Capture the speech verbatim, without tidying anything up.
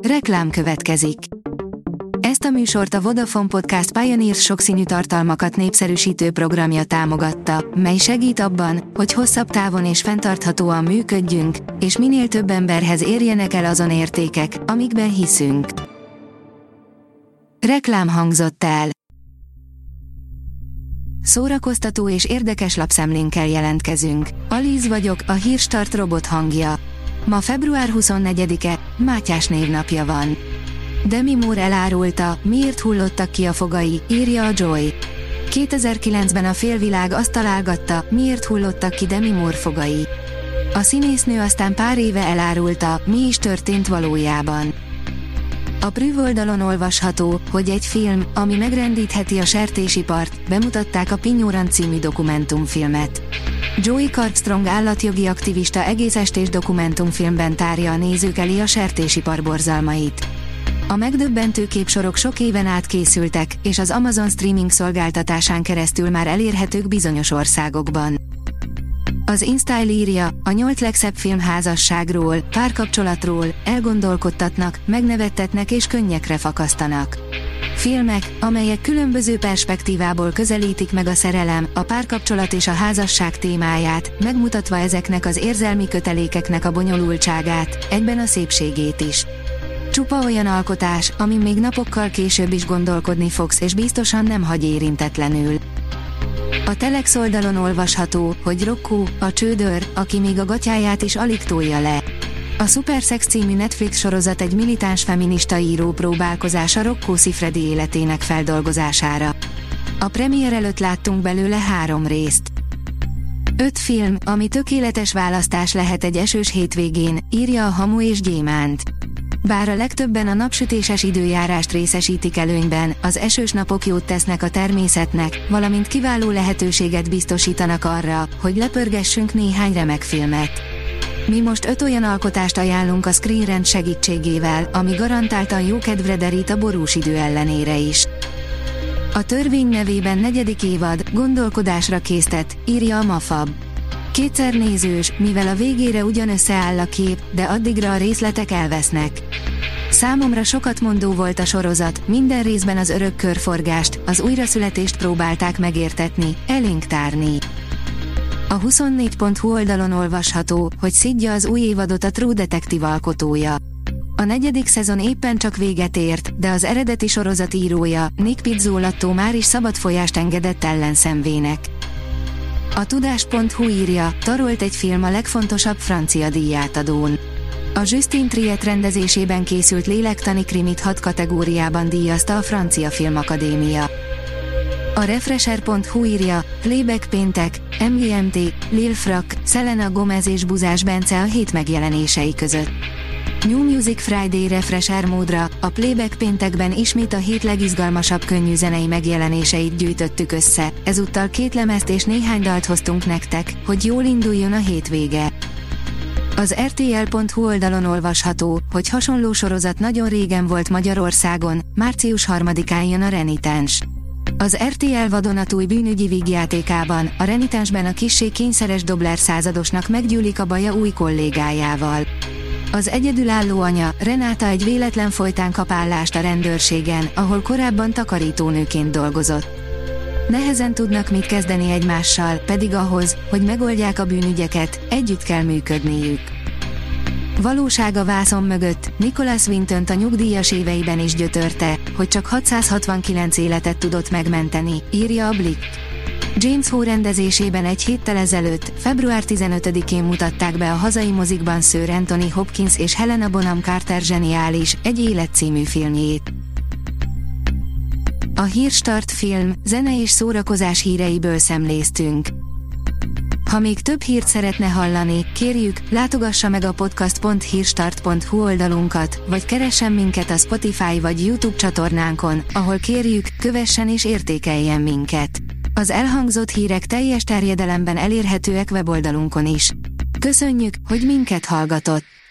Reklám következik. Ezt a műsort a Vodafone Podcast Pioneers sokszínű tartalmakat népszerűsítő programja támogatta, mely segít abban, hogy hosszabb távon és fenntarthatóan működjünk, és minél több emberhez érjenek el azon értékek, amikben hiszünk. Reklám hangzott el. Szórakoztató és érdekes lapszemlénkkel jelentkezünk. Alíz vagyok, a Hírstart robot hangja. Ma február huszonnegyedike, Mátyás névnapja van. Demi Moore elárulta, miért hullottak ki a fogai, írja a Joy. kétezer-kilencben a félvilág azt találgatta, miért hullottak ki Demi Moore fogai. A színésznő aztán pár éve elárulta, mi is történt valójában. A Prüv oldalon olvasható, hogy egy film, ami megrendítheti a sertésipart, bemutatták a Pinyoran című dokumentumfilmet. Joey Cardstrong állatjogi aktivista egész estés dokumentumfilmben tárja a nézők elé a sertésipar borzalmait. A megdöbbentő képsorok sok éven át készültek, és az Amazon streaming szolgáltatásán keresztül már elérhetők bizonyos országokban. Az InStyle írja, a nyolc legszebb film házasságról, párkapcsolatról, elgondolkodtatnak, megnevettetnek és könnyekre fakasztanak. Filmek, amelyek különböző perspektívából közelítik meg a szerelem, a párkapcsolat és a házasság témáját, megmutatva ezeknek az érzelmi kötelékeknek a bonyolultságát, egyben a szépségét is. Csupa olyan alkotás, amin még napokkal később is gondolkodni fogsz, és biztosan nem hagy érintetlenül. A Telex oldalon olvasható, hogy Rocco, a csődör, aki még a gatyáját is alig tolja le. A Supersex című Netflix sorozat egy militáns feminista író próbálkozása Rocco Siffredi életének feldolgozására. A premier előtt láttunk belőle három részt. Öt film, ami tökéletes választás lehet egy esős hétvégén, írja a Hamu és Gyémánt. Bár a legtöbben a napsütéses időjárást részesítik előnyben, az esős napok jót tesznek a természetnek, valamint kiváló lehetőséget biztosítanak arra, hogy lepörgessünk néhány remek filmet. Mi most öt olyan alkotást ajánlunk a Screen Rant segítségével, ami garantáltan jó kedvre derít a borús idő ellenére is. A Törvény nevében negyedik évad, gondolkodásra késztet, írja a Mafab. Kétszer nézős, mivel a végére ugyan összeáll a kép, de addigra a részletek elvesznek. Számomra sokat mondó volt a sorozat, minden részben az örök körforgást, az újraszületést próbálták megértetni, elénk tárni. A huszonnégy pont hu oldalon olvasható, hogy szidja az új évadot a True Detective alkotója. A negyedik szezon éppen csak véget ért, de az eredeti sorozat írója, Nick Pizzolatto már is szabad folyást engedett ellenszenvének. A tudás pont hu írja, tarolt egy film a legfontosabb francia díjátadón. A Justin Triet rendezésében készült lélektani krimit hat kategóriában díjazta a Francia Filmakadémia. A Refresher pont hu írja, Playback péntek, em gé em té, Lil Frak, Selena Gomez és Buzás Bence a hét megjelenései között. New Music Friday Refresher módra, a Playback péntekben ismét a hét legizgalmasabb könnyű zenei megjelenéseit gyűjtöttük össze, ezúttal két lemezt és néhány dalt hoztunk nektek, hogy jól induljon a hétvége. Az er té el pont hu oldalon olvasható, hogy hasonló sorozat nagyon régen volt Magyarországon, március harmadikán jön a Renitens. Az er té el vadonatúj bűnügyi vígjátékában, a Renitensben a kissé kényszeres Dobler századosnak meggyűlik a baja új kollégájával. Az egyedülálló anya, Renáta egy véletlen folytán kap állást a rendőrségen, ahol korábban takarítónőként dolgozott. Nehezen tudnak mit kezdeni egymással, pedig ahhoz, hogy megoldják a bűnügyeket, együtt kell működniük. Valóság a vászon mögött, Nicholas Wintont a nyugdíjas éveiben is gyötörte, hogy csak hatszázhatvankilenc életet tudott megmenteni, írja a Blick. James Ho rendezésében egy héttel ezelőtt, február tizenötödikén mutatták be a hazai mozikban Sir Anthony Hopkins és Helena Bonham Carter zseniális, Egy élet című filmjét. A Hírstart film, zene és szórakozás híreiből szemléztünk. Ha még több hírt szeretne hallani, kérjük, látogassa meg a podcast pont hírstart pont hu oldalunkat, vagy keressen minket a Spotify vagy YouTube csatornánkon, ahol kérjük, kövessen és értékeljen minket. Az elhangzott hírek teljes terjedelemben elérhetőek weboldalunkon is. Köszönjük, hogy minket hallgatott!